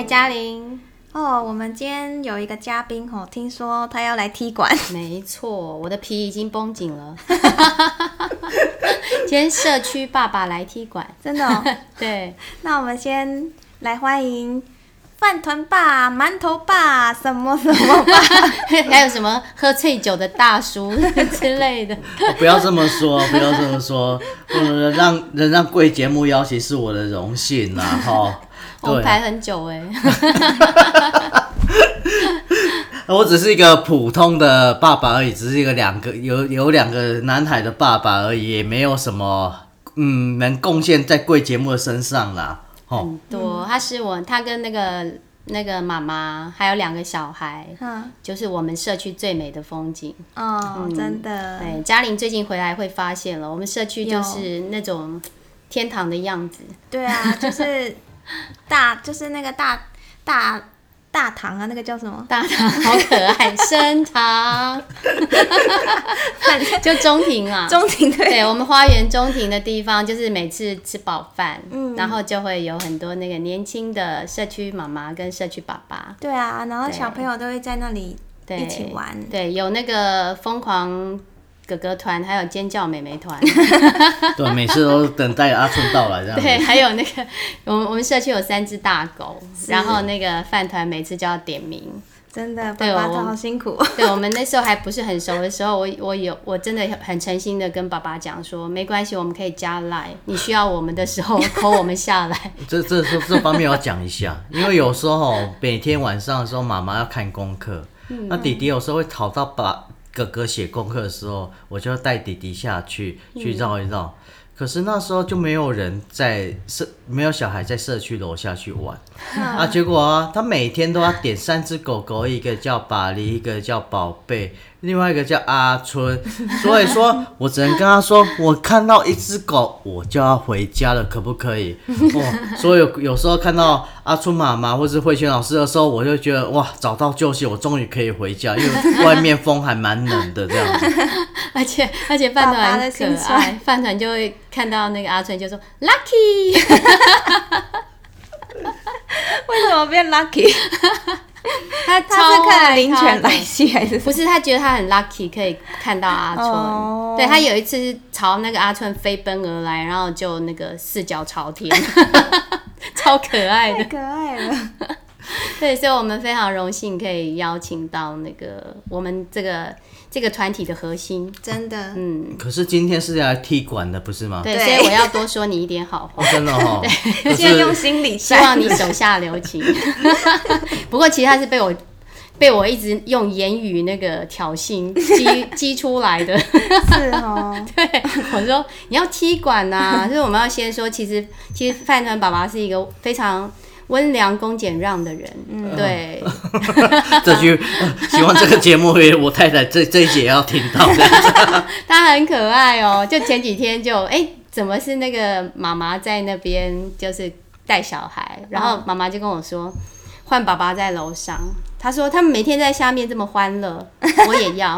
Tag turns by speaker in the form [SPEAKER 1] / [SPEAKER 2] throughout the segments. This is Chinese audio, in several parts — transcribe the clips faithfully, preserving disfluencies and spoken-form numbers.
[SPEAKER 1] 嗨，嘉玲。
[SPEAKER 2] 哦，我们今天有一个嘉宾哦，听说他要来踢馆。
[SPEAKER 1] 没错，我的皮已经绷紧了。今天社区爸爸来踢馆，
[SPEAKER 2] 真的哦。
[SPEAKER 1] 对，
[SPEAKER 2] 那我们先来欢迎饭团爸、馒头爸、什么什么爸，
[SPEAKER 1] 还有什么喝醉酒的大叔之类的。
[SPEAKER 3] 哦、不要这么说，不要这么说。嗯，让能让贵节目邀请是我的荣幸啦，哈。
[SPEAKER 1] 我们排很久哎。
[SPEAKER 3] 我只是一个普通的爸爸而已，只是一个两个有有两个男孩的爸爸而已，也没有什么嗯能贡献在贵节目的身上啦。
[SPEAKER 1] 很多，他是我，他跟那个那个妈妈还有两个小孩，嗯，就是我们社区最美的风景。
[SPEAKER 2] 哦，嗯、真的。
[SPEAKER 1] 对，嘉玲最近回来会发现了，我们社区就是那种天堂的样子。
[SPEAKER 2] 对啊，就是大，就是那个大大。大堂啊，那个叫什么？
[SPEAKER 1] 大堂好可爱，升堂，就中庭啊，
[SPEAKER 2] 中庭 对,
[SPEAKER 1] 对，我们花园中庭的地方，就是每次吃饱饭，嗯，然后就会有很多那个年轻的社区妈妈跟社区爸爸。
[SPEAKER 2] 对啊，然后小朋友都会在那里一起玩。
[SPEAKER 1] 对，对有那个疯狂哥哥团，还有尖叫妹妹团。
[SPEAKER 3] 对，每次都等待阿春到来这样子。
[SPEAKER 1] 对，还有那个，我们我们社区有三只大狗，然后那个饭团每次就要点名。
[SPEAKER 2] 真的，爸爸都好辛苦。
[SPEAKER 1] 对，我们那时候还不是很熟的时候，我我有我真的很诚心的跟爸爸讲说，没关系，我们可以加 line， 你需要我们的时候 call 我们下来。
[SPEAKER 3] 这这这这方面要讲一下，因为有时候每天晚上的时候，妈妈要看功课，嗯、那弟弟有时候会讨到把。哥哥写功课的时候，我就要带弟弟下去去绕一绕。嗯、可是那时候就没有人在社，没有小孩在社区楼下去玩、嗯、啊。结果啊，他每天都要点三只狗狗，一个叫巴黎，一个叫宝贝，另外一个叫阿春。所以说我只能跟他说，我看到一只狗，我就要回家了，可不可以？哦，所以有有时候看到阿春妈妈或是慧萱老师的时候，我就觉得哇，找到救星，我终于可以回家，因为外面风还蛮冷的这样子。
[SPEAKER 1] 而且而且饭团很可爱，饭团就会看到那个阿春就说 lucky。
[SPEAKER 2] 为什么变 lucky？
[SPEAKER 1] 他
[SPEAKER 2] 他是看了灵犬来袭还是？
[SPEAKER 1] 不是，他觉得他很 lucky 可以看到阿春。Oh. 对，他有一次是朝那个阿春飞奔而来，然后就那个四脚朝天，超可爱的，
[SPEAKER 2] 太可爱了。
[SPEAKER 1] 对，所以我们非常荣幸可以邀请到那个我们这个这个团体的核心，
[SPEAKER 2] 真的，
[SPEAKER 3] 嗯。可是今天是来踢馆的，不是吗？
[SPEAKER 1] 对，所以我要多说你一点好话。
[SPEAKER 3] 哦、真的哦。
[SPEAKER 1] 对，
[SPEAKER 2] 先用心理，
[SPEAKER 1] 希望你手下留情。不过其实他是被我被我一直用言语那个挑衅激激出来的。
[SPEAKER 2] 是哦。
[SPEAKER 1] 对，我说你要踢馆啊，就是我们要先说，其实其实饭团爸爸是一个非常温良恭俭让的人，嗯，对。
[SPEAKER 3] 这句，希望这个节目我太太这这一节要听到的。
[SPEAKER 1] 他很可爱哦，就前几天就哎、欸，怎么是那个妈妈在那边就是带小孩，然后妈妈就跟我说，换爸爸在楼上。他说他们每天在下面这么欢乐，我也要。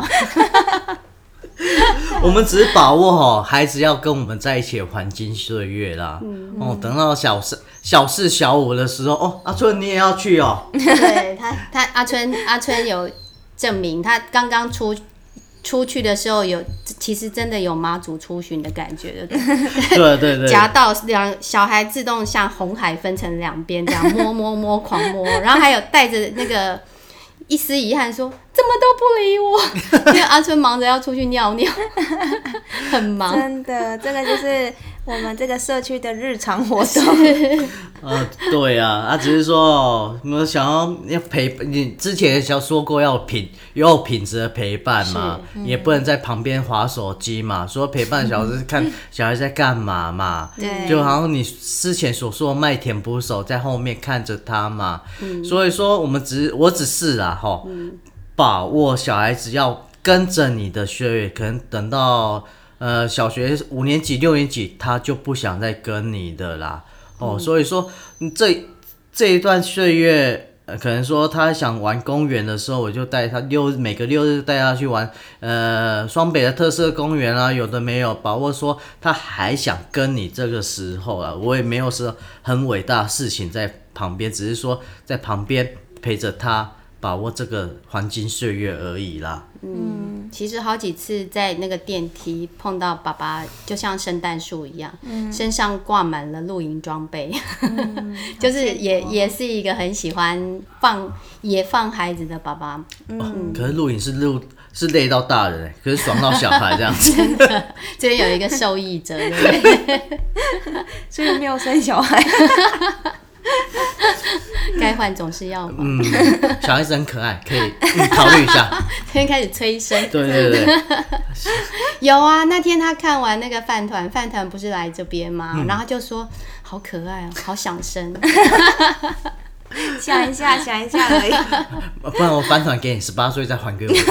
[SPEAKER 3] 我们只是把握哦，孩子要跟我们在一起的黄金岁月啦。嗯、哦，等到小四、小四、小五的时候，哦，阿春你也要去哦。
[SPEAKER 1] 对他，他阿春阿春有证明，他刚刚出出去的时候有，其实真的有妈祖出巡的感觉的。
[SPEAKER 3] 对对对。
[SPEAKER 1] 夹道两小孩自动像红海分成两边，这样摸摸摸狂摸，然后还有带着那个。一丝遗憾说怎么都不理我，因为阿春忙着要出去尿尿，很忙。
[SPEAKER 2] 真的，这个就是我们这个社区的日常活动。
[SPEAKER 3] 呃，对啊，他、啊、只是说我们想要要陪你，之前想说过要品有品质的陪伴嘛，嗯、也不能在旁边滑手机嘛，说陪伴小孩看小孩在干嘛嘛，
[SPEAKER 2] 对，
[SPEAKER 3] 就好像你之前所说的麦田捕手在后面看着他嘛，嗯、所以说我们只我只是啦哈，嗯、把握小孩子要跟着你的岁月，可能等到。呃，小学五年级、六年级，他就不想再跟你的啦。哦，嗯、所以说这这一段岁月，呃，可能说他想玩公园的时候，我就带他六每个六日带他去玩，呃，双北的特色公园啊，有的没有，把握说他还想跟你这个时候啊，我也没有说很伟大的事情在旁边，只是说在旁边陪着他，把握这个黄金岁月而已啦。
[SPEAKER 1] 嗯，其实好几次在那个电梯碰到爸爸，就像圣诞树一样，嗯、身上挂满了露营装备，嗯、就是也也是一个很喜欢放野放孩子的爸爸。
[SPEAKER 3] 嗯哦、可是露营是露是累到大人，可是爽到小孩这样子。
[SPEAKER 1] 真的，这边有一个受益者，对不对？
[SPEAKER 2] 所以没有生小孩。
[SPEAKER 1] 该换总是要换。
[SPEAKER 3] 嗯，小孩子很可爱，可以、嗯、考虑一下。
[SPEAKER 1] 这边开始催生。
[SPEAKER 3] 对对对。
[SPEAKER 1] 有啊，那天他看完那个饭团，饭团不是来这边吗？嗯、然后他就说好可爱哦，好想生。
[SPEAKER 2] 想一下，想一下而已。
[SPEAKER 3] 不然我饭团给你，十八岁再还给我。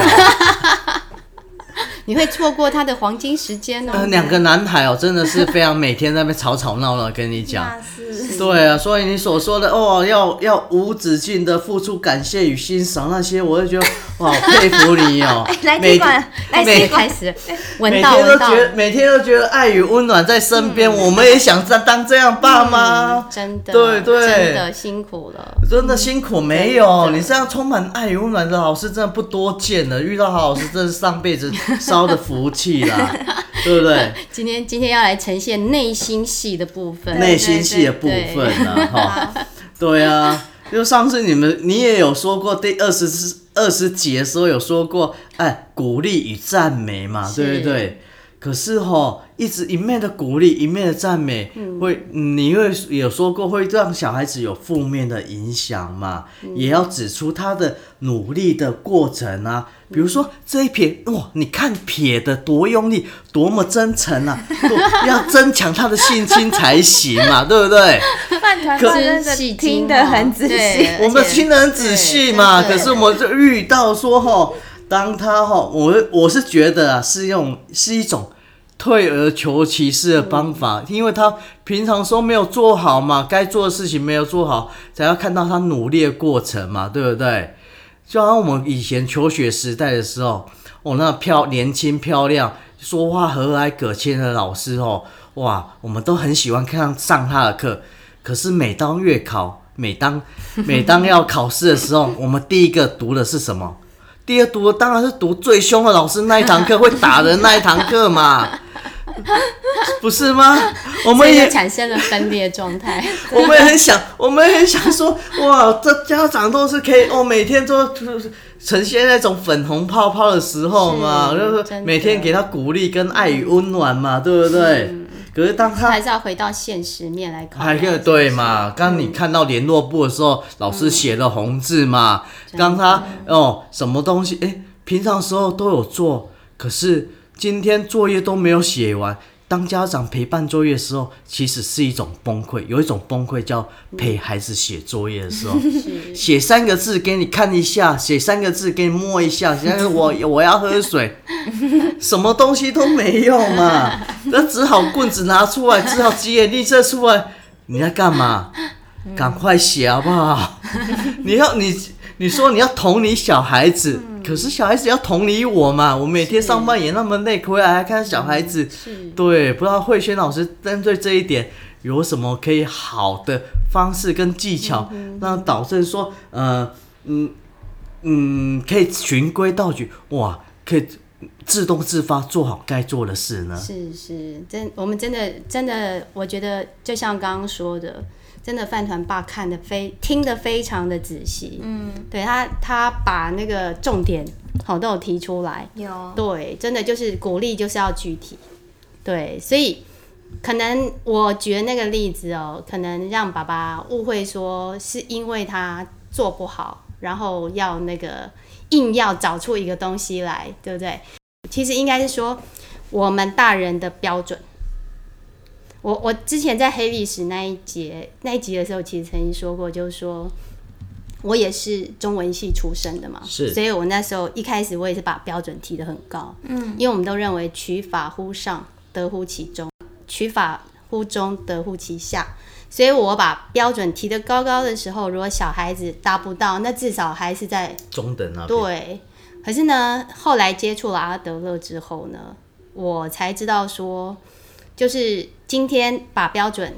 [SPEAKER 1] 你会错过他的黄金时间哦。
[SPEAKER 3] 呃，两个男孩哦，真的是非常每天在那边吵吵闹闹，跟你讲。对啊，所以你所说的哦，要要无止境的付出感谢与欣赏那些，我就觉得哇，佩服你哦。
[SPEAKER 2] 来接管，来接管，
[SPEAKER 1] 开始闻到闻到，
[SPEAKER 3] 每天都觉得爱与温暖在身边，嗯、我们也想当这样爸妈、
[SPEAKER 1] 嗯。真的，
[SPEAKER 3] 对对，
[SPEAKER 1] 真的辛苦了，
[SPEAKER 3] 真的辛苦没有？你这样充满爱与温暖的老师真的不多见了，遇到好老师真是上辈子烧的福气啦。对不对？
[SPEAKER 1] 今天今天要来呈现内心戏的部分，
[SPEAKER 3] 内心戏的部分啊，哈，对啊，就上次你们你也有说过，第二十二十集的时候有说过，哎，鼓励与赞美嘛，对不对？可是哈，一直一面的鼓励，一面的赞美，嗯、会你会有说过会让小孩子有负面的影响嘛？嗯、也要指出他的努力的过程啊。比如说这一撇，哇，你看撇的多用力，多么真诚啊！要增强他的信心才行嘛，对不对？
[SPEAKER 2] 饭团真的听得很仔细，
[SPEAKER 3] 我们听得很仔细嘛。可是我们就遇到说哈，当他哈，我我是觉得啊，是用是一种退而求其次的方法，嗯、因为他平常说没有做好嘛，该做的事情没有做好，才要看到他努力的过程嘛，对不对？就好像我们以前求学时代的时候，哦，那漂年轻漂亮、说话和蔼可亲的老师哦，哇，我们都很喜欢看上他的课。可是每当月考，每当每当要考试的时候，我们第一个读的是什么？第二读的当然是读最凶的老师那一堂课，会打人那一堂课嘛。不是吗？我们也
[SPEAKER 1] 产生了分裂状态。
[SPEAKER 3] 我们也很想，我们也很想说，哇，这家长都是可以哦，每天都呈现那种粉红泡泡的时候嘛，是就是每天给他鼓励跟爱与温暖嘛，对不对？嗯、可是当他
[SPEAKER 1] 还是要回到现实面来考，
[SPEAKER 3] 还可以对嘛？刚你看到联络簿的时候，嗯、老师写了红字嘛，刚他哦什么东西，哎，平常时候都有做，可是今天作业都没有写完。当家长陪伴作业的时候，其实是一种崩溃。有一种崩溃叫陪孩子写作业的时候，写三个字给你看一下，写三个字给你摸一下，现在我我要喝水，什么东西都没有嘛，那只好棍子拿出来，只好疾言厉色出来。你在干嘛？赶快写好不好？你要你你说你要同理小孩子。可是小孩子要同理我嘛，我每天上班也那么累，回来还看小孩子，对，不知道慧萱老师针对这一点有什么可以好的方式跟技巧，嗯、让导致说，呃，嗯嗯，可以循规蹈矩，哇，可以自动自发做好该做的事呢？
[SPEAKER 1] 是是，真我们真的真的，我觉得就像刚刚说的。真的饭团爸看得非听得非常的仔细，嗯，对他他把那个重点好都有提出来，
[SPEAKER 2] 有，
[SPEAKER 1] 对，真的就是鼓励就是要具体，对，所以可能我举的那个例子哦，可能让爸爸误会说是因为他做不好，然后要那个硬要找出一个东西来，对不对？其实应该是说我们大人的标准。我我之前在黑历史那一节那一集的时候，其实曾经说过，就是说我也是中文系出身的嘛，
[SPEAKER 3] 是，
[SPEAKER 1] 所以我那时候一开始我也是把标准提得很高，嗯，因为我们都认为取法乎上，得乎其中；取法乎中，得乎其下。所以我把标准提得高高的时候，如果小孩子达不到，那至少还是在
[SPEAKER 3] 中等那边。
[SPEAKER 1] 对，可是呢，后来接触了阿德勒之后呢，我才知道说。就是今天把标准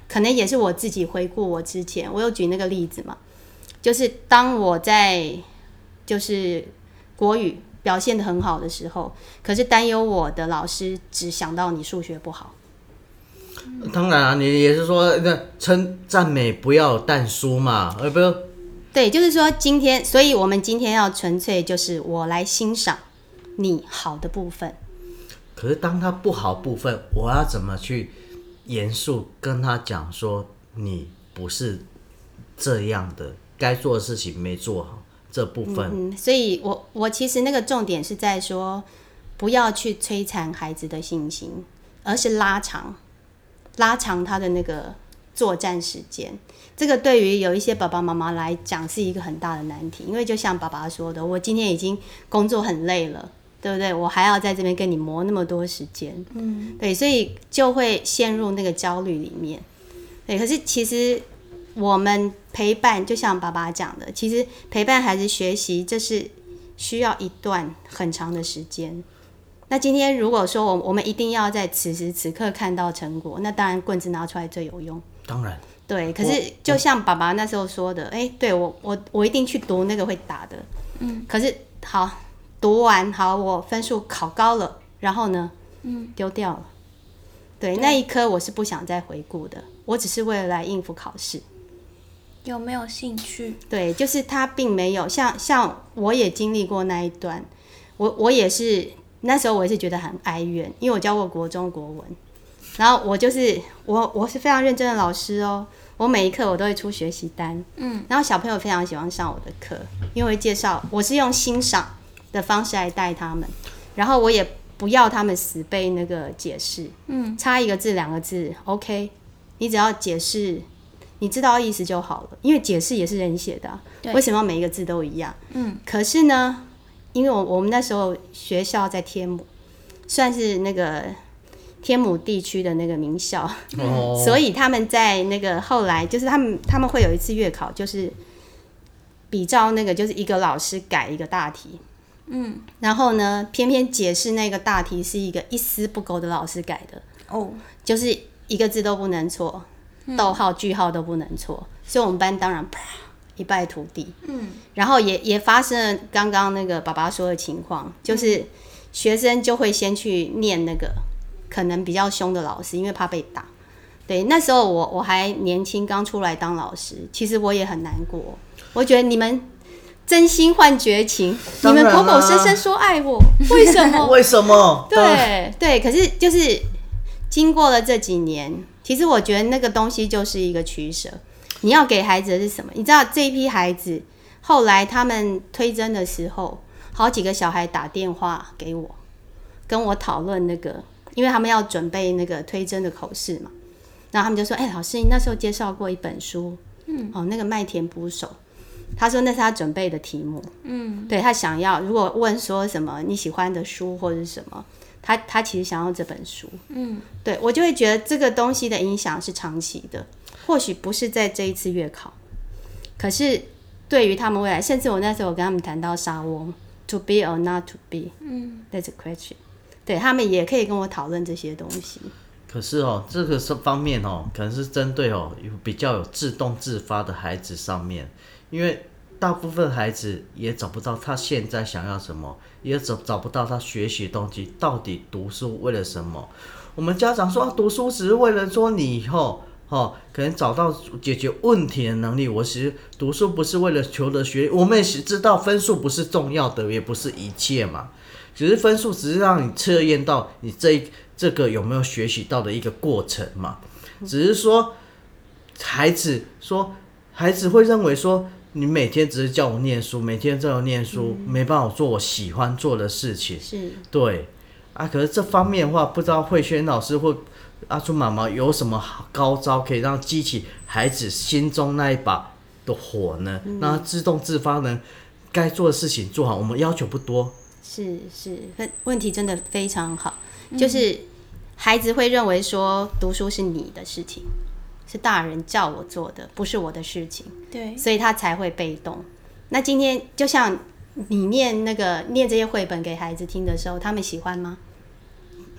[SPEAKER 1] 可能也是我自己回顾我之前，我有举那个例子嘛，就是当我在就是国语表现得很好的时候，可是担忧我的老师只想到你数学不好。
[SPEAKER 3] 当然啊，你也是说那称赞美不要有但书嘛，而不是
[SPEAKER 1] 对，就是说今天，所以我们今天要纯粹就是我来欣赏你好的部分。
[SPEAKER 3] 可是当他不好部分，我要怎么去严肃跟他讲说你不是这样的，该做的事情没做好这部分。
[SPEAKER 1] 嗯，所以我我其实那个重点是在说，不要去摧残孩子的信心，而是拉长拉长他的那个作战时间。这个对于有一些爸爸妈妈来讲是一个很大的难题，因为就像爸爸说的，我今天已经工作很累了，对不对？我还要在这边跟你磨那么多时间，嗯，对，所以就会陷入那个焦虑里面。对，可是其实我们陪伴，就像爸爸讲的，其实陪伴孩子学习，这是需要一段很长的时间。那今天如果说我我们一定要在此时此刻看到成果，那当然棍子拿出来最有用。
[SPEAKER 3] 当然，
[SPEAKER 1] 对。可是就像爸爸那时候说的，哎，对我我我一定去读那个会打的，嗯。可是好，读完好，我分数考高了，然后呢，嗯，丢掉了。对，那一科我是不想再回顾的，我只是为了来应付考试。
[SPEAKER 2] 有没有兴趣？
[SPEAKER 1] 对，就是他并没有像像我也经历过那一段，我我也是那时候我也是觉得很哀怨，因为我教过国中国文，然后我就是我我是非常认真的老师哦，我每一课我都会出学习单，嗯，然后小朋友非常喜欢上我的课，因为介绍我是用欣赏的方式来带他们，然后我也不要他们死背那个解释，嗯，差一个字两个字 OK， 你只要解释你知道意思就好了，因为解释也是人写的、啊，为什么要每一个字都一样？嗯，可是呢，因为我我们那时候学校在天母，算是那个天母地区的那个名校，哦、所以他们在那个后来就是他们他们会有一次月考，就是比照那个就是一个老师改一个大题，嗯，然后呢，偏偏解释那个大题是一个一丝不苟的老师改的，哦，就是一个字都不能错。逗号句号都不能错，所以我们班当然啪一败涂地。嗯，然后也也发生了刚刚那个爸爸说的情况，就是学生就会先去念那个可能比较凶的老师，因为怕被打。对，那时候我我还年轻，刚出来当老师，其实我也很难过。我觉得你们真心换绝情，你们口口声声说爱我，为什么？
[SPEAKER 3] 为什么？
[SPEAKER 1] 对对，可是就是经过了这几年。其实我觉得那个东西就是一个取舍，你要给孩子的是什么？你知道这一批孩子后来他们推甄的时候，好几个小孩打电话给我，跟我讨论那个，因为他们要准备那个推甄的口试嘛，然后他们就说：“哎、欸，老师，你那时候介绍过一本书，嗯，哦，那个麦田捕手，他说那是他准备的题目，嗯，对他想要如果问说什么你喜欢的书或者是什么。”他他其实想要这本书，嗯，对我就会觉得这个东西的影响是长期的，或许不是在这一次月考，可是对于他们未来，甚至我那时候我跟他们谈到沙翁 ，to be or not to be， 嗯 ，that's a question， 对他们也可以跟我讨论这些东西。
[SPEAKER 3] 可是哦，这个方面哦，可能是针对哦比较有自动自发的孩子上面，因为大部分孩子也找不到他现在想要什么。也找找不到他学习的动机，到底读书为了什么？我们家长说、啊、读书只是为了说你以后哦，可能找到解决问题的能力。我其实读书不是为了求得学历，我们也知道分数不是重要的，也不是一切嘛。只是分数只是让你测验到你这这个有没有学习到的一个过程嘛。只是说孩子说孩子会认为说。你每天只是叫我念书，每天叫我念书，嗯、没办法做我喜欢做的事情。是，对啊。可是这方面的话，不知道慧萱老师或阿朱妈妈有什么高招，可以让激起孩子心中那一把的火呢？嗯、让他自动自发能该做的事情做好。我们要求不多。是是，问题真的非常好，嗯、就是孩子会认为说读书是你的事情。是大人叫我做的，不是我的事情，对，所以他才会被动。那今天就像你念那个念这些绘本给孩子听的时候，他们喜欢吗？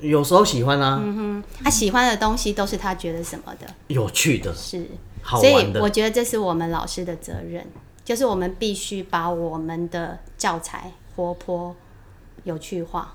[SPEAKER 3] 有时候喜欢啊，
[SPEAKER 1] 嗯哼，他喜欢的东西都是他觉得什么的，
[SPEAKER 3] 有趣的，
[SPEAKER 1] 是
[SPEAKER 3] 好玩的。
[SPEAKER 1] 所以我觉得这是我们老师的责任，就是我们必须把我们的教材活泼、有趣化。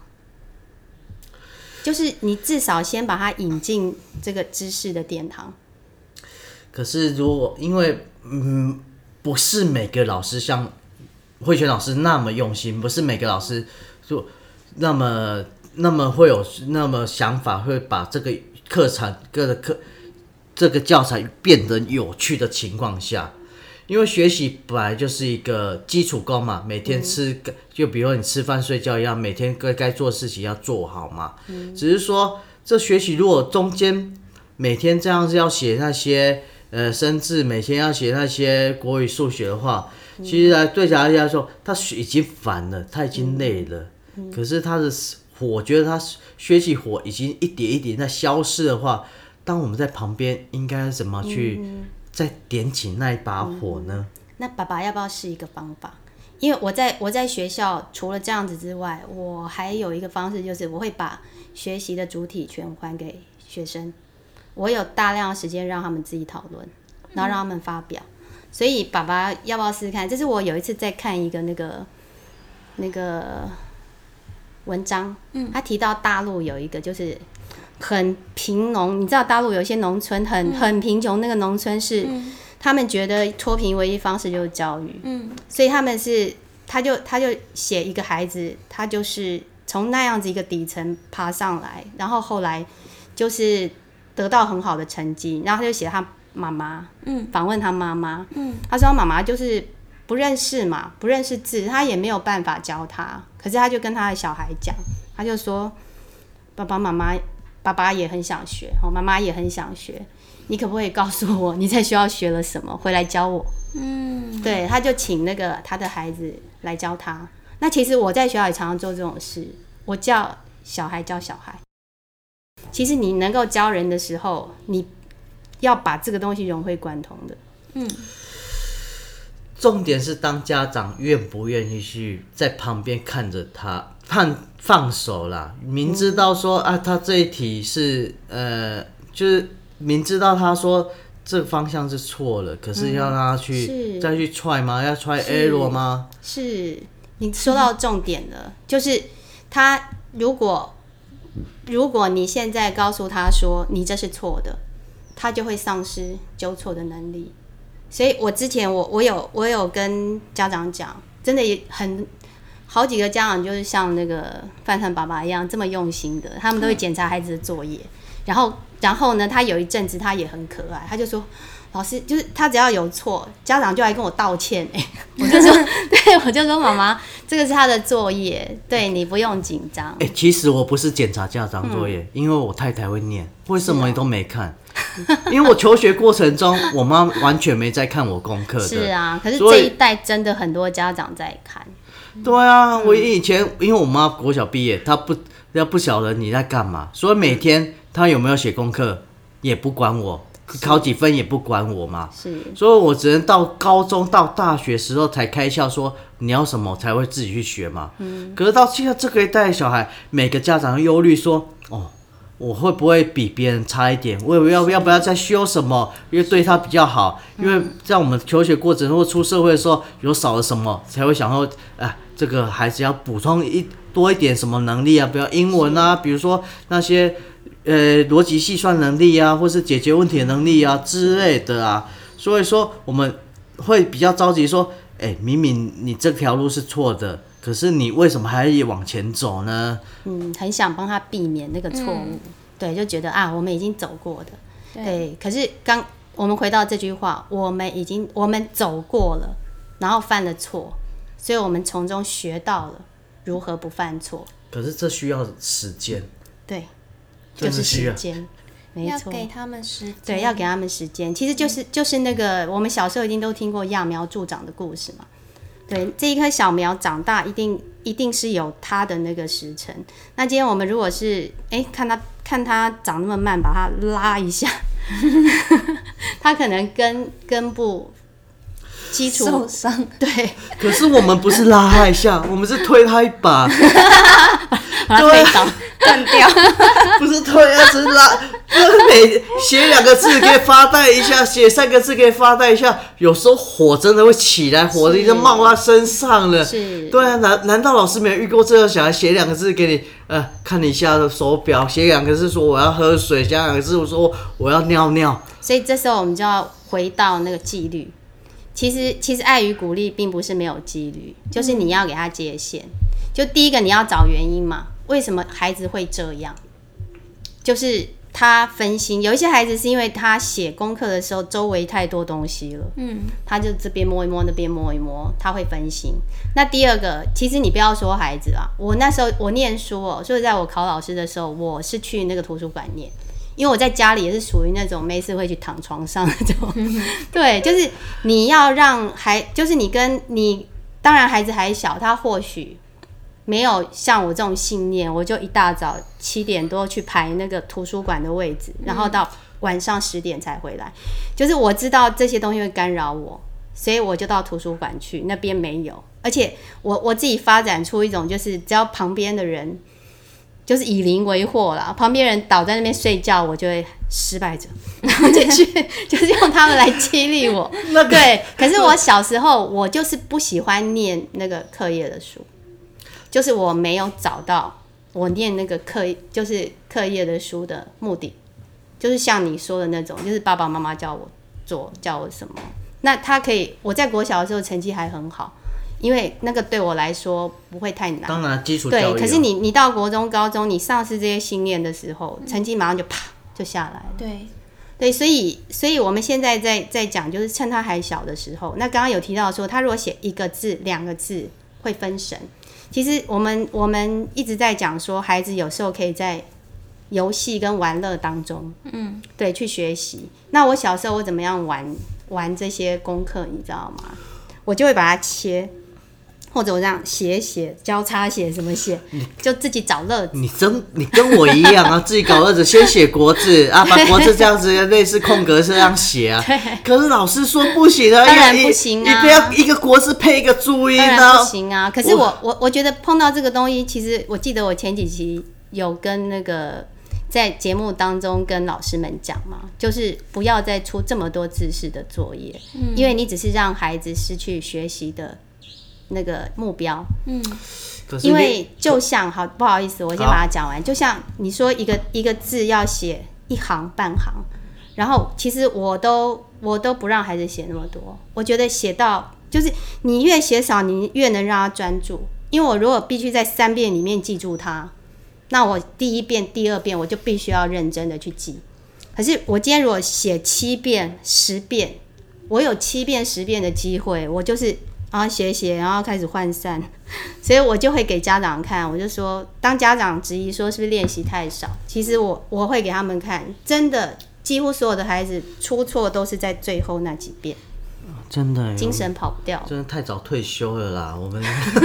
[SPEAKER 1] 就是你至少先把它引进这个知识的殿堂。
[SPEAKER 3] 可是如果因为嗯，不是每个老师像慧泉老师那么用心，不是每个老师就那么那么会有那么想法，会把这个课程各个课这个教材变得有趣的情况下。因为学习本来就是一个基础功嘛，每天吃、嗯、就比如说你吃饭睡觉一样，每天该该做的事情要做好嘛、嗯、只是说这学习如果中间每天这样子要写那些呃生字，每天要写那些国语数学的话、嗯、其实来对小孩来说他已经烦了，他已经累了、嗯嗯、可是他的我觉得他学习火已经一点一点在消失的话，当我们在旁边应该怎么去、嗯再点起那一把火呢、嗯、
[SPEAKER 1] 那爸爸要不要试一个方法？因为我在我在学校除了这样子之外，我还有一个方式，就是我会把学习的主体权还给学生，我有大量的时间让他们自己讨论，然后让他们发表、嗯、所以爸爸要不要试试看？这是我有一次在看一个那个那个文章、嗯、他提到大陆有一个就是很贫农，你知道大陆有一些农村很、嗯、很贫穷，那个农村是、嗯、他们觉得脱贫唯一方式就是教育、嗯、所以他们是他就他就写一个孩子，他就是从那样子一个底层爬上来，然后后来就是得到很好的成绩，然后他就写他妈妈，嗯，访问他妈妈，嗯，他说他妈妈就是不认识嘛，不认识字，他也没有办法教他，可是他就跟他的小孩讲，他就说爸爸妈妈。爸爸也很想学，妈妈也很想学，你可不可以告诉我你在学校学了什么，回来教我？嗯，对，他就请那个他的孩子来教他。那其实我在学校也常常做这种事，我教小孩教小孩。其实你能够教人的时候，你要把这个东西融会贯通的。嗯，
[SPEAKER 3] 重点是当家长愿不愿意去在旁边看着他。放放手啦，明知道说、嗯、啊，他这一题是呃，就是明知道他说这个方向是错了，可是要让他去、嗯、再去 try 吗？要 try error 吗？
[SPEAKER 1] 是，你说到重点了，就是他如果如果你现在告诉他说你这是错的，他就会丧失纠错的能力。所以我之前我我有我有跟家长讲，真的也很。好几个家长就是像那个饭团爸爸一样这么用心的，他们都会检查孩子的作业、嗯、然后然后呢他有一阵子他也很可爱，他就说老师就是他只要有错家长就来跟我道歉、欸、我就说对，我就说妈妈这个是他的作业，对你不用紧张、
[SPEAKER 3] 欸、其实我不是检查家长作业、嗯、因为我太太会念，为什么你都没看、啊、因为我求学过程中我妈完全没在看我功课的。
[SPEAKER 1] 是啊，可是这一代真的很多家长在看。
[SPEAKER 3] 对啊，我以前因为我妈国小毕业，她不要不晓得你在干嘛，所以每天她有没有写功课也不管我，考几分也不管我嘛。是，所以我只能到高中到大学时候才开窍，说你要什么才会自己去学嘛。嗯。可是到现在这个一代的小孩，每个家长忧虑说，哦，我会不会比别人差一点？我要要不要再修什么？因为对他比较好。因为在我们求学过程或出社会的时候，有少了什么，才会想说，啊，这个孩子要补充一多一点什么能力啊？比如英文啊，比如说那些呃逻辑细算能力啊，或是解决问题的能力啊之类的啊。所以说我们会比较着急说，哎，明明你这条路是错的。可是你为什么还要往前走呢？嗯，
[SPEAKER 1] 很想帮他避免那个错误、嗯，对，就觉得啊，我们已经走过的， 对, 对。可是刚我们回到这句话，我们已经我们走过了，然后犯了错，所以我们从中学到了如何不犯错。
[SPEAKER 3] 可是这需要时间，
[SPEAKER 1] 对，就是时间，没错，
[SPEAKER 2] 要给他们时间，
[SPEAKER 1] 对，要给他们时间。其实就是、嗯、就是那个我们小时候一定都听过揠苗助长的故事嘛。对，这一棵小苗长大一定一定是有它的那个时辰。那今天我们如果是哎看它看它长那么慢，把它拉一下，它可能根根部基础
[SPEAKER 2] 受伤。
[SPEAKER 1] 对，
[SPEAKER 3] 可是我们不是拉它一下，我们是推它一把，
[SPEAKER 1] 把它推倒
[SPEAKER 2] 断掉。
[SPEAKER 3] 不是推啊，是拉，就是每写两个字可以发呆一下，写三个字可以发呆一下，有时候火真的会起来，火已经冒他身上了。
[SPEAKER 1] 是，
[SPEAKER 3] 对啊，难难道老师没有遇过这个小孩写两个字给你，呃，看一下手表，写两个字说我要喝水，写两个字说我要尿尿。
[SPEAKER 1] 所以这时候我们就要回到那个纪律。其实，其实爱与鼓励并不是没有纪律，就是你要给他界限。就第一个，你要找原因嘛，为什么孩子会这样？就是他分心，有一些孩子是因为他写功课的时候周围太多东西了，嗯，他就这边摸一摸，那边摸一摸，他会分心。那第二个，其实你不要说孩子啦，我那时候我念书哦，所以在我考老师的时候，我是去那个图书馆念。因为我在家里也是属于那种没事会去躺床上那种，对，就是你要让孩，就是你跟你，当然孩子还小，他或许没有像我这种信念，我就一大早七点多去排那个图书馆的位置，然后到晚上十点才回来。就是我知道这些东西会干扰我，所以我就到图书馆去，那边没有，而且我我自己发展出一种，就是只要旁边的人。就是以邻为祸啦，旁边人倒在那边睡觉，我就会失败者，然后就去就是用他们来激励我。那個、对，可是我小时候我就是不喜欢念那个课业的书，就是我没有找到我念那个课就是课业的书的目的，就是像你说的那种，就是爸爸妈妈叫我做，叫我什么，那他可以，我在国小的时候成绩还很好。因为那个对我来说不会太难，
[SPEAKER 3] 当然基础教育、哦、
[SPEAKER 1] 对。可是你你到国中、高中，你丧失这些信念的时候，成绩马上就啪就下来了。
[SPEAKER 2] 对
[SPEAKER 1] 对，所以所以我们现在在在讲，就是趁他还小的时候，那刚刚有提到说，他如果写一个字、两个字会分神。其实我们我们一直在讲说，孩子有时候可以在游戏跟玩乐当中，嗯，对，去学习。那我小时候我怎么样玩玩这些功课，你知道吗？我就会把它切。或者我这样写写交叉写什么写，就自己找乐子。
[SPEAKER 3] 你真你跟我一样啊，自己搞乐子，先写国字啊，把国字这样子类似空格这样写啊。可是老师说不行啊，
[SPEAKER 1] 当然不行啊，
[SPEAKER 3] 你不要一个国字配一个注音啊，
[SPEAKER 1] 当然不行啊。可是我我我觉得碰到这个东西，其实我记得我前几期有跟那个在节目当中跟老师们讲嘛，就是不要再出这么多字式的作业，嗯、因为你只是让孩子失去学习的。那个目标，嗯，因为就像好不好意思，我先把它讲完。就像你说一个一个字要写一行半行，然后其实我都我都不让孩子写那么多。我觉得写到就是你越写少，你越能让他专注。因为我如果必须在三遍里面记住他，那我第一遍、第二遍我就必须要认真的去记。可是我今天如果写七遍、十遍，我有七遍、十遍的机会，我就是。然后写写，然后开始涣散，所以我就会给家长看，我就说，当家长质疑说是不是练习太少，其实我我会给他们看，真的几乎所有的孩子出错都是在最后那几遍，
[SPEAKER 3] 真的
[SPEAKER 1] 精神跑不掉，
[SPEAKER 3] 真的太早退休了啦，我们。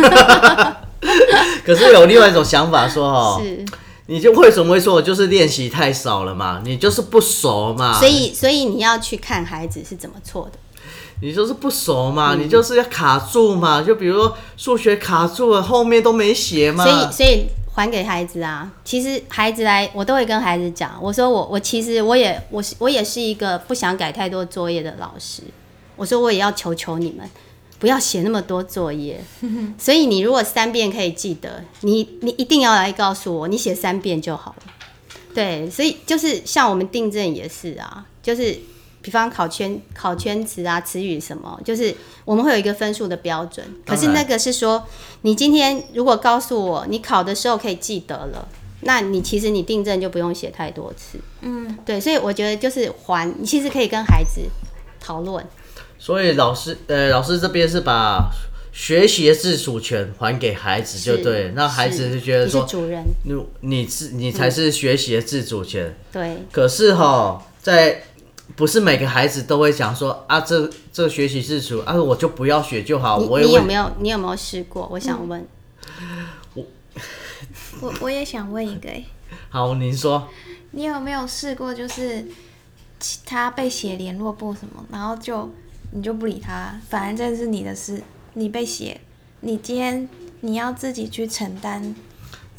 [SPEAKER 3] 可是有另外一种想法说哦，是，你就为什么会说我就是练习太少了嘛？你就是不熟嘛，
[SPEAKER 1] 所以所以你要去看孩子是怎么错的。
[SPEAKER 3] 你就是不熟嘛、嗯，你就是要卡住嘛，就比如说数学卡住了，后面都没写嘛。
[SPEAKER 1] 所以，所以还给孩子啊。其实孩子来，我都会跟孩子讲，我说我我其实我也我我也是一个不想改太多作业的老师。我说我也要求求你们，不要写那么多作业。所以你如果三遍可以记得，你你一定要来告诉我，你写三遍就好了。对，所以就是像我们订正也是啊，就是。比方考圈考圈词啊词语什么，就是我们会有一个分数的标准，可是那个是说你今天如果告诉我你考的时候可以记得了，那你其实你订正就不用写太多次。嗯，对，所以我觉得就是还你其实可以跟孩子讨论。
[SPEAKER 3] 所以老师呃老师这边是把学习的自主权还给孩子就对了，那孩子就觉得说
[SPEAKER 1] 你是主人，
[SPEAKER 3] 你你是你才是学习的自主权、嗯。对，可是哈在。不是每个孩子都会讲说啊，这这学习自主啊，我就不要学就好。
[SPEAKER 1] 你,
[SPEAKER 3] 我
[SPEAKER 1] 你有没有你有没有试过？我想问。
[SPEAKER 2] 嗯、我我我也想问一个哎。
[SPEAKER 3] 好，您说。
[SPEAKER 2] 你有没有试过，就是他被写联络簿什么，然后就你就不理他，反正这是你的事，你被写，你今天你要自己去承担。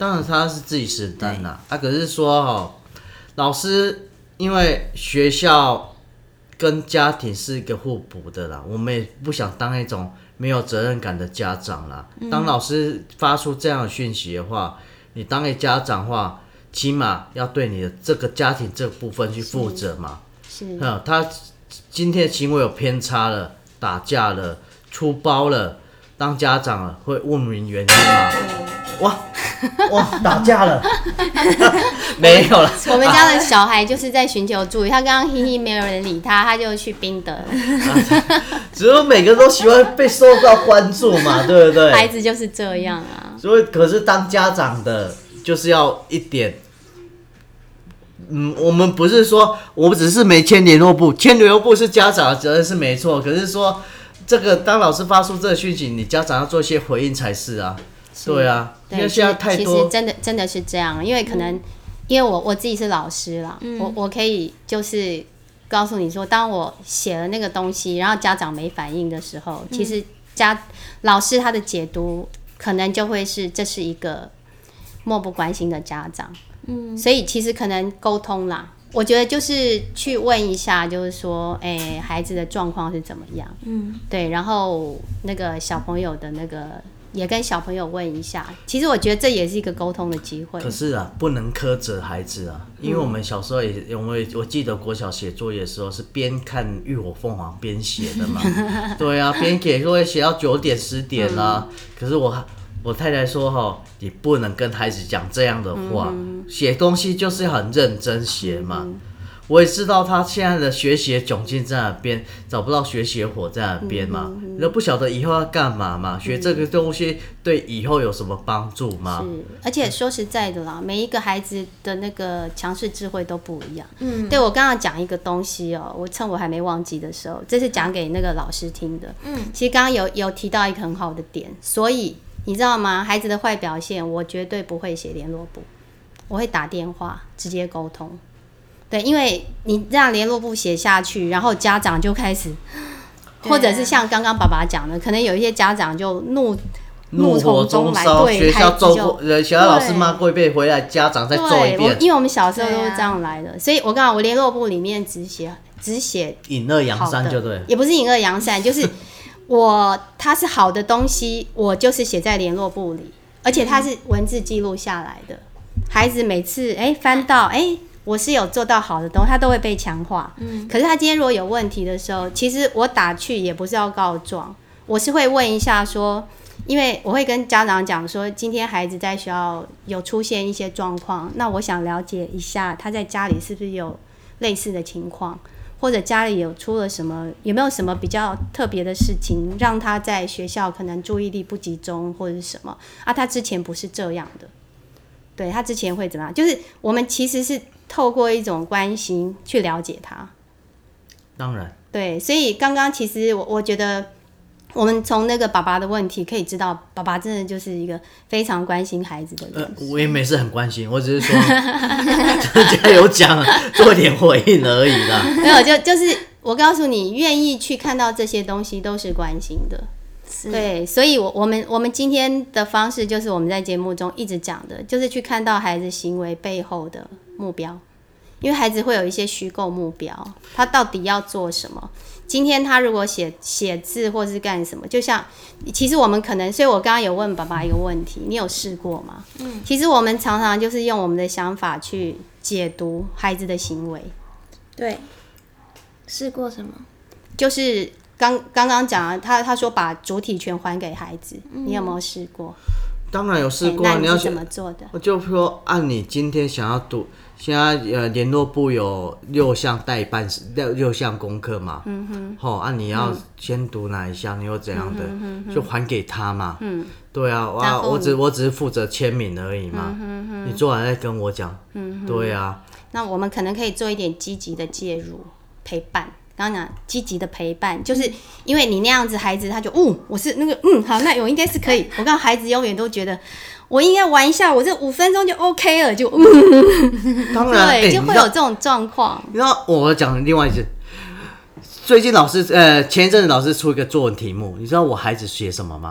[SPEAKER 3] 当然他是自己承担啦，啊，可是说哈、哦，老师因为学校跟家庭是一个互补的啦，我们也不想当一种没有责任感的家长啦。嗯、当老师发出这样的讯息的话，你当一家长的话，起码要对你的这个家庭这个部分去负责嘛。是，是嗯，他今天的行为有偏差了，打架了，出包了，当家长了会问明原因嘛？哇哇，打架了，没有了。
[SPEAKER 1] 我们家的小孩就是在寻求助理，他刚刚嘿嘿没有人理他，他就去宾德了。
[SPEAKER 3] 只有每个都喜欢被受到关注嘛，对不对？
[SPEAKER 1] 孩子就是这样啊。
[SPEAKER 3] 所以，可是当家长的，就是要一点。嗯，我们不是说我们只是没签联络簿，签联络簿是家长的责任是没错。可是说这个当老师发出这个讯息，你家长要做一些回应才是啊。是对啊，因为现在太多，
[SPEAKER 1] 其实真的真的是这样，因为可能、嗯、因为我我自己是老师啦，嗯、我我可以就是告诉你说，当我写了那个东西，然后家长没反应的时候，嗯、其实家老师他的解读可能就会是这是一个漠不关心的家长。嗯，所以其实可能沟通啦，我觉得就是去问一下，就是说，哎、欸，孩子的状况是怎么样？嗯，对，然后那个小朋友的那个也跟小朋友问一下。其实我觉得这也是一个沟通的机会。
[SPEAKER 3] 可是啊，不能苛责孩子啊，因为我们小时候也，因为我记得国小写作业的时候是边看《浴火凤凰》边写的嘛。对啊，边给作业写到九点十点啊。嗯、可是我。我太太说齁，你不能跟孩子讲这样的话，写、嗯、东西就是要很认真写嘛。嗯、我也知道他现在的学习的窘境在哪边，找不到学习的火在哪边嘛，你、嗯、都不晓得以后要干嘛嘛，嗯、学这个东西对以后有什么帮助吗？
[SPEAKER 1] 是，而且说实在的啦，每一个孩子的那个强势智慧都不一样。嗯，对，我刚刚讲一个东西哦、喔，我趁我还没忘记的时候，这是讲给那个老师听的。嗯，其实刚刚有有提到一个很好的点，所以。你知道吗？孩子的坏表现，我绝对不会写联络簿，我会打电话直接沟通。对，因为你让联络簿写下去，然后家长就开始，或者是像刚刚爸爸讲的，可能有一些家长就怒
[SPEAKER 3] 怒从中来，对，学校揍过，学校老师骂过一遍，回来家长再揍一遍。
[SPEAKER 1] 因为我们小时候都是这样来的，啊、所以我刚好我联络簿里面只写只写
[SPEAKER 3] 隐恶扬善就对，
[SPEAKER 1] 也不是隐恶扬善，就是。我它是好的东西，我就是写在联络簿里，而且它是文字记录下来的。孩子每次哎翻到哎，我是有做到好的东西，他都会被强化。嗯，可是他今天如果有问题的时候，其实我打去也不是要告状，我是会问一下说，因为我会跟家长讲说，今天孩子在学校有出现一些状况，那我想了解一下他在家里是不是有类似的情况。或者家里有出了什么，有没有什么比较特别的事情，让他在学校可能注意力不集中，或者是什么啊？他之前不是这样的，对他之前会怎么样？就是我们其实是透过一种关心去了解他。
[SPEAKER 3] 当然，
[SPEAKER 1] 对，所以刚刚其实我我觉得。我们从那个爸爸的问题可以知道，爸爸真的就是一个非常关心孩子的人。
[SPEAKER 3] 呃、我也没是很关心，我只是说加油讲，做点回应而已啦。
[SPEAKER 1] 没有，就就是我告诉你，愿意去看到这些东西都是关心的。对，所以我我们我们今天的方式就是我们在节目中一直讲的，就是去看到孩子行为背后的目标，因为孩子会有一些虚构目标，他到底要做什么？今天他如果写写字或是干什么，就像其实我们可能，所以我刚刚有问爸爸一个问题，你有试过吗？嗯，其实我们常常就是用我们的想法去解读孩子的行为。
[SPEAKER 2] 对，试过什么？
[SPEAKER 1] 就是刚刚刚讲，他他说把主体权还给孩子，嗯、你有没有试过？
[SPEAKER 3] 当然有试过、欸。
[SPEAKER 1] 那你是怎么做的？
[SPEAKER 3] 我就说，按你今天想要读。现在呃，联络部有六项代办六六项功课嘛，嗯哼，好、哦，啊，你要先读哪一项，你又怎样的，嗯、就还给他嘛，嗯，对啊，哇，我只我只是负责签名而已嘛，嗯、哼哼你做完再跟我讲，嗯，对啊，
[SPEAKER 1] 那我们可能可以做一点积极的介入陪伴。刚刚讲积极的陪伴，就是因为你那样子，孩子他就，嗯，我是那个，嗯，好，那我应该是可以。我刚孩子永远都觉得，我应该玩一下，我这五分钟就 OK 了，就，嗯，
[SPEAKER 3] 当然，
[SPEAKER 1] 对，欸、就会有这种状况。
[SPEAKER 3] 你知道，我讲另外一件，最近老师，呃，前一阵子老师出一个作文题目，你知道我孩子写什么吗？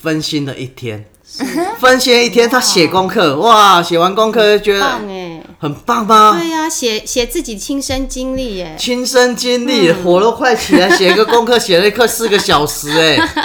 [SPEAKER 3] 分心了一天，分心了一天，他写功课，哇，写完功课就觉得
[SPEAKER 1] 棒哎，
[SPEAKER 3] 很棒吗？
[SPEAKER 1] 对呀、啊，写写自己亲身经历耶，
[SPEAKER 3] 亲身经历，嗯、火都快起来，写一个功课写了快四个小时哎。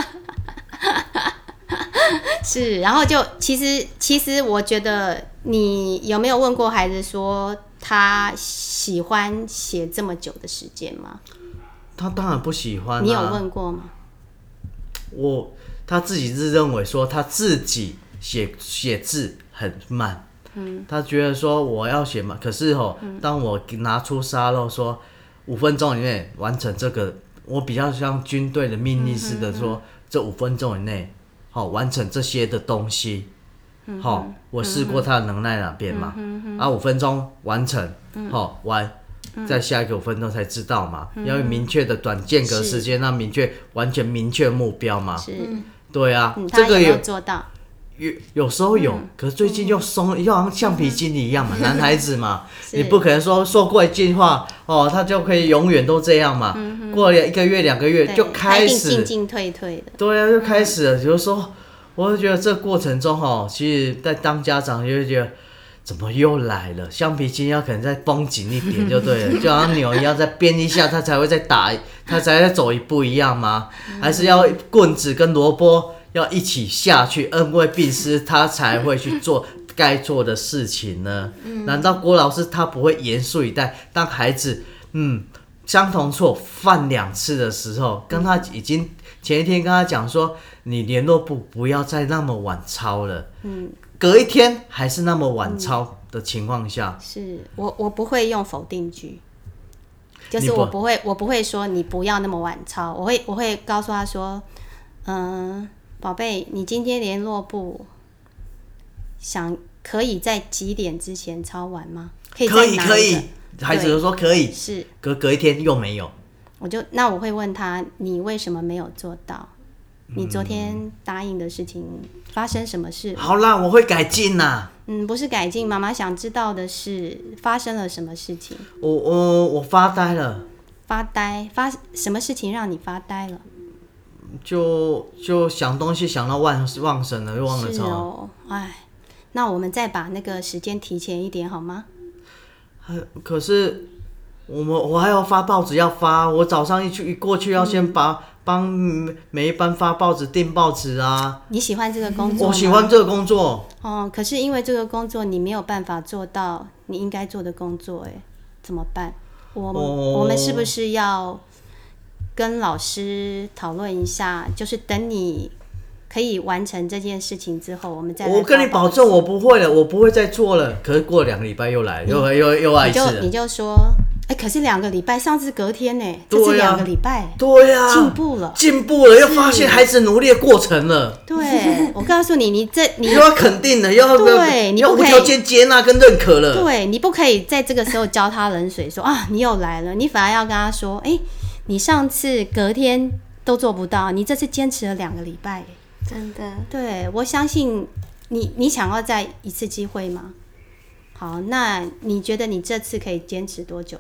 [SPEAKER 1] 是，然后就其实其实我觉得，你有没有问过孩子说他喜欢写这么久的时间吗？
[SPEAKER 3] 他当然不喜欢、啊。
[SPEAKER 1] 你有问过吗？
[SPEAKER 3] 我他自己是认为说他自己写写字很慢，嗯，他觉得说我要写慢，可是哦，嗯、当我拿出沙漏说五分钟以内完成这个，我比较像军队的命令似的说，嗯、哼哼这五分钟以内。好、哦，完成这些的东西，好、哦，我试过他的能耐哪边嘛，嗯、啊，五分钟完成，好、哦、完，嗯、再下一个五分钟才知道嘛，嗯、要有明确的短间隔时间，那明确完全明确目标嘛，
[SPEAKER 1] 是，
[SPEAKER 3] 对啊，
[SPEAKER 1] 嗯、
[SPEAKER 3] 这个
[SPEAKER 1] 有没有做到？
[SPEAKER 3] 有有时候有，嗯、可是最近又松，又好像橡皮筋一样嘛，嗯、男孩子嘛，你不可能说说过一句话哦，他就可以永远都这样嘛。嗯、过了一个月、两个月就开始
[SPEAKER 1] 进进退退的。
[SPEAKER 3] 对啊，就开始了。有时候我就觉得这个过程中哦，其实在当家长就会觉得怎么又来了？橡皮筋要可能再绷紧一点就对了，就好像扭一样，再编一下，它才会再打，它才会走一步一样吗？还是要棍子跟萝卜？要一起下去，恩威并施，他才会去做该做的事情呢？嗯、难道郭老师他不会严肃以待？当孩子嗯相同错犯两次的时候，跟他已经前一天跟他讲说，你联络簿不要再那么晚抄了。嗯，隔一天还是那么晚抄的情况下，
[SPEAKER 1] 嗯、是我我不会用否定句，就是我不会我不会说你不要那么晚抄，我会我会告诉他说，嗯。宝贝，你今天联络簿想可以在几点之前抄完吗？可以，
[SPEAKER 3] 可以，可以。孩子就说可以，
[SPEAKER 1] 是
[SPEAKER 3] 隔隔一天又没有。
[SPEAKER 1] 我就那我会问他，你为什么没有做到？你昨天答应的事情发生什么事？
[SPEAKER 3] 好啦，我会改进啦。
[SPEAKER 1] 嗯，不是改进，妈妈想知道的是发生了什么事情。
[SPEAKER 3] 我我我发呆了。
[SPEAKER 1] 发呆，发什么事情让你发呆了？
[SPEAKER 3] 就就想东西想到忘忘神了，又忘了抄。是
[SPEAKER 1] 哦，哎，那我们再把那个时间提前一点好吗？
[SPEAKER 3] 可是我们我还要发报纸要发，我早上一去一过去要先把帮、嗯、每一班发报纸订报纸啊。
[SPEAKER 1] 你喜欢这个工作吗？
[SPEAKER 3] 我喜欢这个工作。
[SPEAKER 1] 哦，可是因为这个工作你没有办法做到你应该做的工作，哎，怎么办？我、哦、我们是不是要？跟老师讨论一下，就是等你可以完成这件事情之后，我们再来。
[SPEAKER 3] 我跟你保证，我不会了，我不会再做了。可是过两个礼拜又来，又又又来一次了。
[SPEAKER 1] 你就你就说，哎、欸，可是两个礼拜，上次隔天呢、欸，这次两个礼拜，
[SPEAKER 3] 对呀、啊，
[SPEAKER 1] 进步了，
[SPEAKER 3] 进步了，又发现孩子努力的过程了。
[SPEAKER 1] 对，我告诉你，你这你
[SPEAKER 3] 又要肯定了，要
[SPEAKER 1] 对，你
[SPEAKER 3] 要无条件接纳跟认可了。
[SPEAKER 1] 对，你不可以在这个时候浇他冷水，说啊，你又来了，你反而要跟他说，哎、欸。你上次隔天都做不到，你这次坚持了两个礼拜，
[SPEAKER 2] 真的。
[SPEAKER 1] 对，我相信你，你想要再一次机会吗？好，那你觉得你这次可以坚持多久？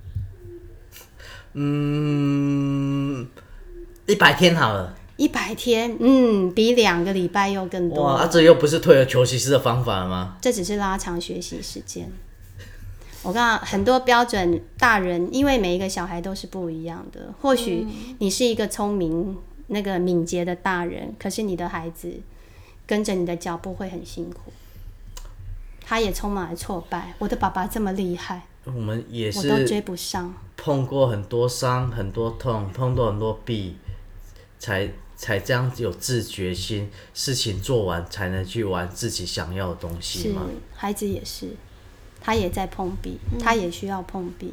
[SPEAKER 3] 嗯，一百天好了。
[SPEAKER 1] 一百天，嗯，比两个礼拜又更多。
[SPEAKER 3] 哇，啊、这又不是退而求其次的方法了吗？
[SPEAKER 1] 这只是拉长学习时间。我看很多标准大人，因为每一个小孩都是不一样的。或许你是一个聪明、那个敏捷的大人，可是你的孩子跟着你的脚步会很辛苦，他也充满了挫败。我的爸爸这么厉害，
[SPEAKER 3] 我们也是，
[SPEAKER 1] 我都追不上。
[SPEAKER 3] 碰过很多伤、很多痛，碰到很多壁，才才这样有自觉心，事情做完才能去玩自己想要的东西嘛。
[SPEAKER 1] 是，孩子也是。他也在碰壁，嗯、他也需要碰壁。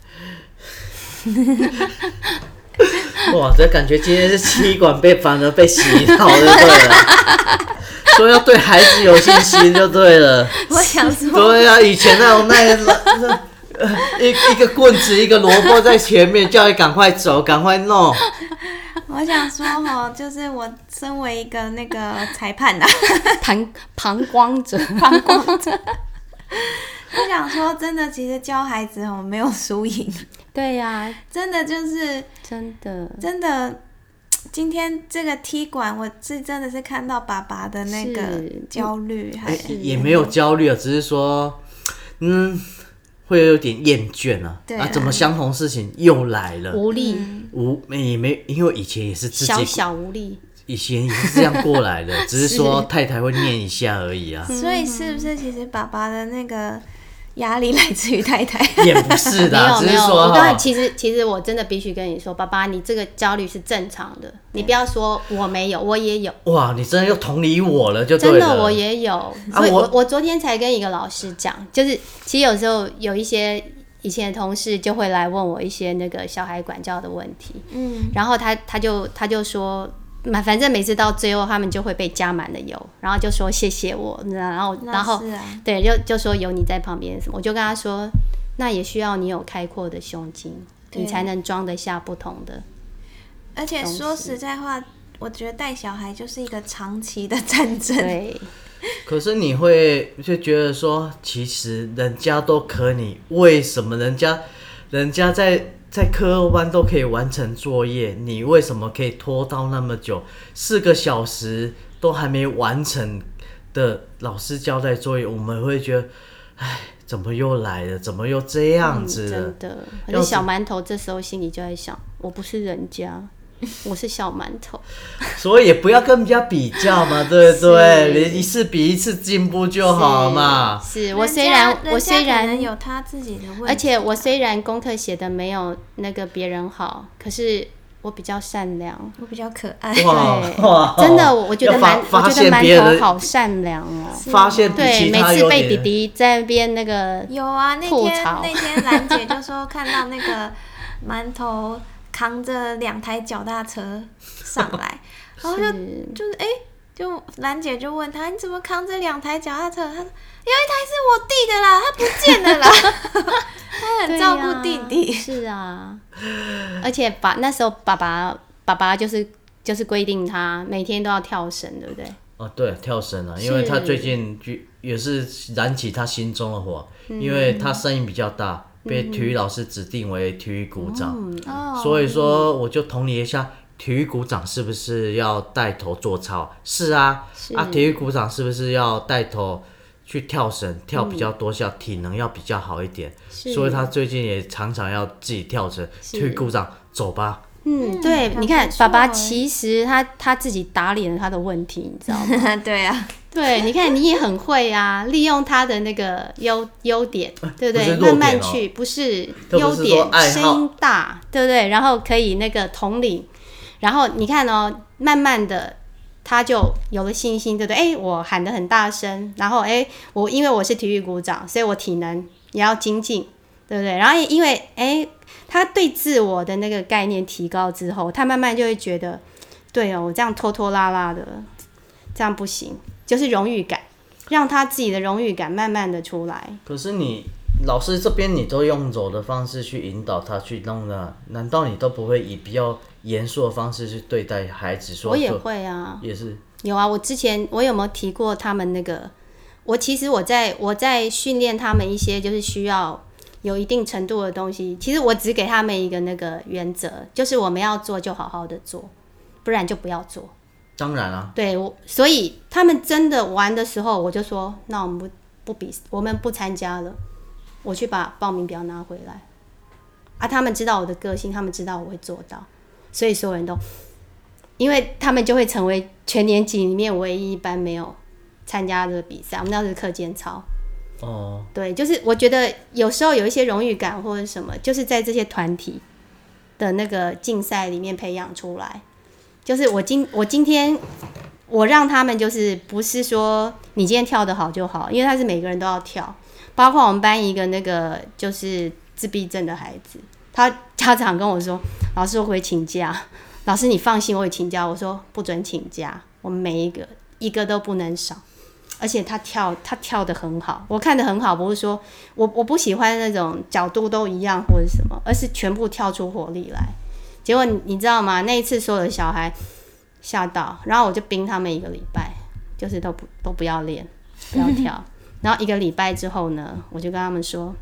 [SPEAKER 3] 哇，这感觉今天是气管被反而被洗脑就对了，说要对孩子有信心就对了。
[SPEAKER 2] 我想说，
[SPEAKER 3] 对啊，以前那种那个一一个棍子一个萝卜在前面，叫你赶快走，赶快弄。
[SPEAKER 2] 我想说哈，就是我身为一个那个裁判啊，
[SPEAKER 1] 旁旁观者，
[SPEAKER 2] 旁观者。我想说，真的，其实教孩子哦，没有输赢。
[SPEAKER 1] 对呀、啊，
[SPEAKER 2] 真的就是
[SPEAKER 1] 真的，
[SPEAKER 2] 真的， 今天这个踢馆，我是真的是看到爸爸的那个焦虑，还
[SPEAKER 3] 是也没有焦虑啊，只是说，嗯，会有点厌倦啊。
[SPEAKER 2] 对啊，
[SPEAKER 3] 啊怎么相同事情又来了？
[SPEAKER 1] 无力，
[SPEAKER 2] 嗯、
[SPEAKER 3] 无也没，因为以前也是自己
[SPEAKER 1] 小小无力。
[SPEAKER 3] 以前也是这样过来的，只是说太太会念一下而已啊。
[SPEAKER 2] 所以是不是其实爸爸的那个压力来自于太太？
[SPEAKER 3] 也不是的，
[SPEAKER 1] 没有没有。
[SPEAKER 3] 只是说
[SPEAKER 1] 我刚才其实其实我真的必须跟你说，爸爸，你这个焦虑是正常的，你不要说我没有，我也有。
[SPEAKER 3] 哇，你真的又同理我了，就对了。
[SPEAKER 1] 真的我也有，所以我、
[SPEAKER 3] 啊、
[SPEAKER 1] 我, 我昨天才跟一个老师讲，就是其实有时候有一些以前的同事就会来问我一些那个小孩管教的问题，嗯，然后他他就他就说。反正每次到最后，他们就会被加满了油，然后就说谢谢我，然后然后、
[SPEAKER 2] 啊、
[SPEAKER 1] 对，就就说有你在旁边什么，我就跟他说，那也需要你有开阔的胸襟，你才能装得下不同的。
[SPEAKER 2] 而且说实在话，我觉得带小孩就是一个长期的战争。
[SPEAKER 1] 对。
[SPEAKER 3] 可是你会就觉得说，其实人家都可以，为什么人家人家在？在课后班都可以完成作业，你为什么可以拖到那么久？四个小时都还没完成的老师交代作业，我们会觉得，哎，怎么又来了？怎么又这样子了？
[SPEAKER 1] 嗯、真的。可是小馒头这时候心里就在想，我不是人家，我是小馒头。
[SPEAKER 3] 所以也不要跟人家比较嘛，对不对？你一次比一次进步就好嘛。
[SPEAKER 1] 是, 是我虽然我虽然
[SPEAKER 2] 有他自己的问题，
[SPEAKER 1] 而且我虽然功课写的没有那个别人好，可是我比较善良，
[SPEAKER 2] 我比较可爱。
[SPEAKER 3] 哇，
[SPEAKER 1] 真的，我觉得蛮，我觉得馒头好善良哦。
[SPEAKER 3] 发现比其他有点，
[SPEAKER 1] 对，每次被弟弟在那边那个
[SPEAKER 2] 有啊，那天那天兰姐就说看到那个馒头扛着两台脚踏车上来，然后就就是哎、欸，就兰姐就问他你怎么扛着两台脚踏车？他说有一台是我弟的啦，他不见了啦。他很照顾弟弟。
[SPEAKER 1] 啊是啊，而且把那时候爸爸爸爸就是就是规定他每天都要跳绳，对不对？
[SPEAKER 3] 哦，对，跳绳啊，因为他最近也是燃起他心中的火，嗯、因为他声音比较大。被体育老师指定为体育股长，嗯、所以说我就同理一下，体育股长是不是要带头做操？是啊，是啊，体育股长是不是要带头去跳绳，跳比较多下，嗯、体能要比较好一点？所以他最近也常常要自己跳绳。体育股长，走吧。
[SPEAKER 1] 嗯，对，嗯、你看，爸爸其实他他自己打脸了他的问题，你知道吗？
[SPEAKER 2] 对啊。
[SPEAKER 1] 对，你看你也很会啊，利用他的那个优优点，对不对？
[SPEAKER 3] 不
[SPEAKER 1] 慢慢去，不是优点，声音大，对不对？然后可以那个统领，然后你看哦，慢慢的他就有了信心，对不对？哎，我喊得很大声，然后哎，我因为我是体育股长，所以我体能也要精进，对不对？然后因为哎，他对自我的那个概念提高之后，他慢慢就会觉得，对哦，我这样拖拖拉拉的，这样不行。就是荣誉感，让他自己的荣誉感慢慢的出来。
[SPEAKER 3] 可是你老师这边你都用柔的方式去引导他去弄的，难道你都不会以比较严肃的方式去对待孩子？说
[SPEAKER 1] 我也会啊，
[SPEAKER 3] 也是
[SPEAKER 1] 有啊。我之前我有没有提过他们那个？我其实我在我在训练他们一些就是需要有一定程度的东西。其实我只给他们一个那个原则，就是我们要做就好好的做，不然就不要做。
[SPEAKER 3] 当然啊，
[SPEAKER 1] 对，我所以他们真的玩的时候，我就说，那我们不不比，我们不参加了，我去把报名表拿回来。啊，他们知道我的个性，他们知道我会做到，所以所有人都，因为他们就会成为全年级里面唯一一班没有参加的比赛。我们那是课间操。哦，对，就是我觉得有时候有一些荣誉感或者什么，就是在这些团体的那个竞赛里面培养出来。就是我今我今天我让他们就是不是说你今天跳得好就好，因为他是每个人都要跳，包括我们班一个那个就是自闭症的孩子，他家长跟我说，老师我会请假，老师你放心我会请假，我说不准请假，我们每一个一个都不能少，而且他跳他跳得很好，我看得很好，不是说我我不喜欢那种角度都一样或者什么，而是全部跳出火力来。结果 你, 你知道吗？那一次所有的小孩吓到，然后我就冰他们一个礼拜，就是都不都不要练，不要跳。然后一个礼拜之后呢，我就跟他们说，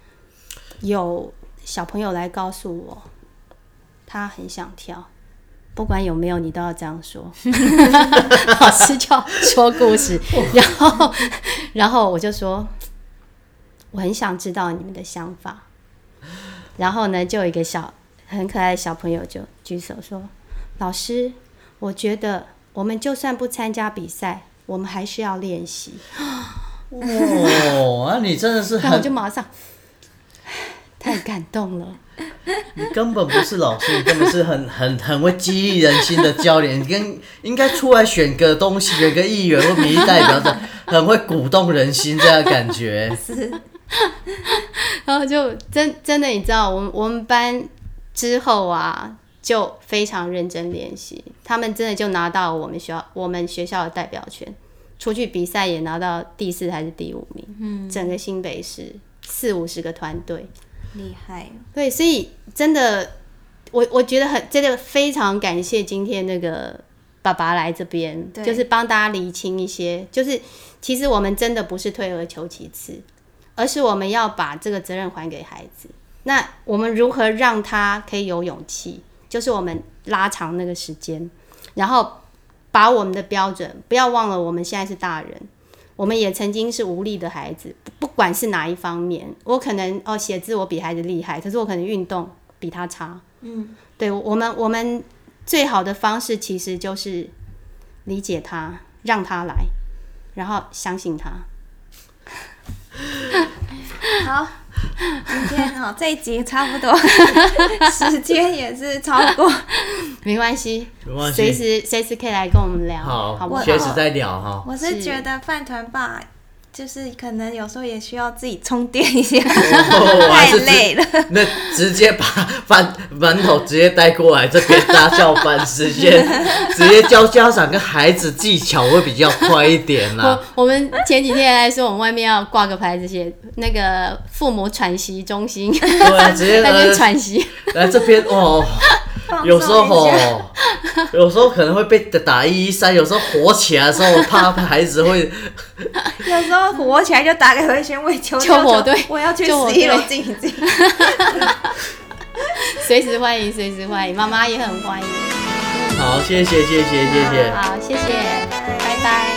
[SPEAKER 1] 有小朋友来告诉我，他很想跳， 不管有没有，你都要这样说。老师就要说故事，然后，然后我就说，我很想知道你们的想法。然后呢，就有一个小很可爱的小朋友就举手说：“老师，我觉得我们就算不参加比赛，我们还是要练习。”
[SPEAKER 3] 哦，那你真的是很……
[SPEAKER 1] 然后我就马上太感动了。
[SPEAKER 3] 你根本不是老师，你根本是很很很会激励人心的教练。你跟应该出来选个东西，选个议员或民意代表的，很会鼓动人心这样的感觉。
[SPEAKER 2] 是。
[SPEAKER 1] 然后就真真的，你知道，我们我们班之后啊，就非常认真练习。他们真的就拿到我们学校我们学校的代表权，出去比赛也拿到第四还是第五名。嗯，整个新北市四五十个团队。
[SPEAKER 2] 厉害，
[SPEAKER 1] 对，所以真的，我我觉得很真的非常感谢今天那个爸爸来这边，就是帮大家厘清一些，就是其实我们真的不是退而求其次，而是我们要把这个责任还给孩子。那我们如何让他可以有勇气？就是我们拉长那个时间，然后把我们的标准，不要忘了我们现在是大人。我们也曾经是无力的孩子，不管是哪一方面，我可能哦写字我比孩子厉害，可是我可能运动比他差。嗯，对，我们我们最好的方式其实就是理解他，让他来，然后相信他。
[SPEAKER 2] 好，今天好这一集差不多，时间也是超过，
[SPEAKER 1] 没关系，
[SPEAKER 3] 没关系，
[SPEAKER 1] 随时随时可以来跟我们聊，
[SPEAKER 3] 好，
[SPEAKER 1] 好不好？
[SPEAKER 3] 随时再聊哈。
[SPEAKER 2] 我是觉得饭团爸就是可能有时候也需要自己充电一下，太累了。
[SPEAKER 3] 那直接把饭馒头直接带过来这边搭校班时间，直接教家长跟孩子技巧会比较快一点啦、啊。
[SPEAKER 1] 我我们前几天来说，我们外面要挂个牌子写那个父母喘息中心，
[SPEAKER 3] 对啊，直接
[SPEAKER 1] 在那边喘息。
[SPEAKER 3] 来这边哦。有时候哦，有时候可能会被打一一三，有时候火起来的时候，怕孩子会。
[SPEAKER 2] 有时候火起来就打给回旋卫求
[SPEAKER 1] 救火队，
[SPEAKER 2] 我要去十一楼静一静。
[SPEAKER 1] 随时欢迎，随时欢迎，妈妈也很欢迎。
[SPEAKER 3] 好，谢谢，谢谢，谢谢。
[SPEAKER 1] 好，谢谢，拜拜。